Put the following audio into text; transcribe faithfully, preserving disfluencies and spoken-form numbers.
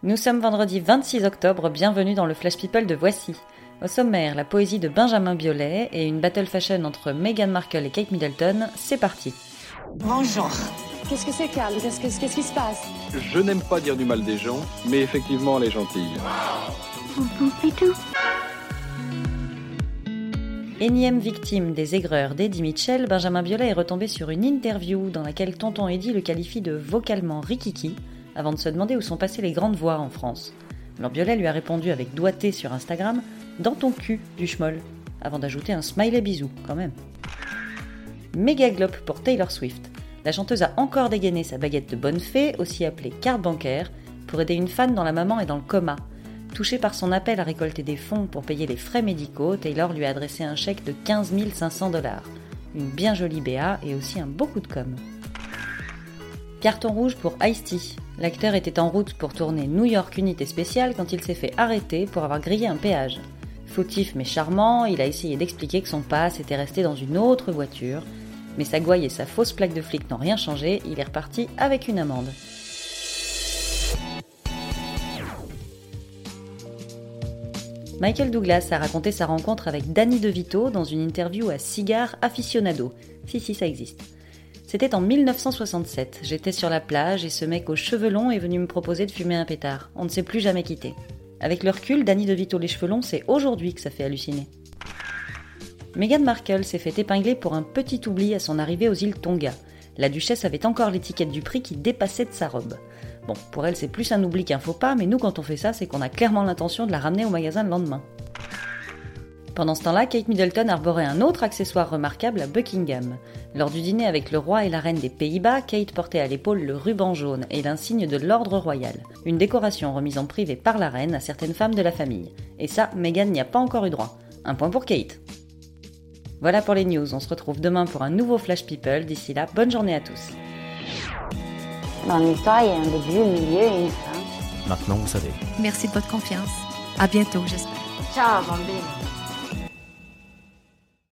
Nous sommes vendredi vingt-six octobre, bienvenue dans le Flash People de Voici. Au sommaire, la poésie de Benjamin Biolay et une battle fashion entre Meghan Markle et Kate Middleton, c'est parti. Bonjour. Qu'est-ce que c'est, Carl ? Qu'est-ce, qu'est-ce, qu'est-ce qui se passe ? Je n'aime pas dire du mal des gens, mais effectivement, elle est gentille. Énième victime des aigreurs d'Eddie Mitchell, Benjamin Biolay est retombé sur une interview dans laquelle tonton Eddie le qualifie de vocalement rikiki, avant de se demander où sont passées les grandes voix en France. Alors Biolay lui a répondu avec doigté sur Instagram « Dans ton cul, du schmoll », avant d'ajouter un smiley bisou, quand même. Méga glop pour Taylor Swift. La chanteuse a encore dégainé sa baguette de bonne fée, aussi appelée carte bancaire, pour aider une fan dont la maman est dans le coma. Touchée par son appel à récolter des fonds pour payer les frais médicaux, Taylor lui a adressé un chèque de quinze mille cinq cents dollars. Une bien jolie B A et aussi un beau coup de com'. Carton rouge pour Ice-T. L'acteur était en route pour tourner New York Unité Spéciale quand il s'est fait arrêter pour avoir grillé un péage. Fautif mais charmant, il a essayé d'expliquer que son pass était resté dans une autre voiture, mais sa gouaille et sa fausse plaque de flic n'ont rien changé, il est reparti avec une amende. Michael Douglas a raconté sa rencontre avec Danny DeVito dans une interview à Cigar Aficionado. Si, si, ça existe. C'était en dix-neuf cent soixante-sept. J'étais sur la plage et ce mec aux cheveux longs est venu me proposer de fumer un pétard. On ne s'est plus jamais quitté. Avec le recul, Danny DeVito les cheveux longs, c'est aujourd'hui que ça fait halluciner. Meghan Markle s'est fait épingler pour un petit oubli à son arrivée aux îles Tonga. La duchesse avait encore l'étiquette du prix qui dépassait de sa robe. Bon, pour elle, c'est plus un oubli qu'un faux pas, mais nous, quand on fait ça, c'est qu'on a clairement l'intention de la ramener au magasin le lendemain. Pendant ce temps-là, Kate Middleton arborait un autre accessoire remarquable à Buckingham. Lors du dîner avec le roi et la reine des Pays-Bas, Kate portait à l'épaule le ruban jaune et l'insigne de l'ordre royal. Une décoration remise en privé par la reine à certaines femmes de la famille. Et ça, Meghan n'y a pas encore eu droit. Un point pour Kate. Voilà pour les news, on se retrouve demain pour un nouveau Flash People. D'ici là, bonne journée à tous. Dans l'histoire, il y a un début, un milieu et une fin. Maintenant, vous savez. Merci de votre confiance. À bientôt, j'espère. Ciao, bambine.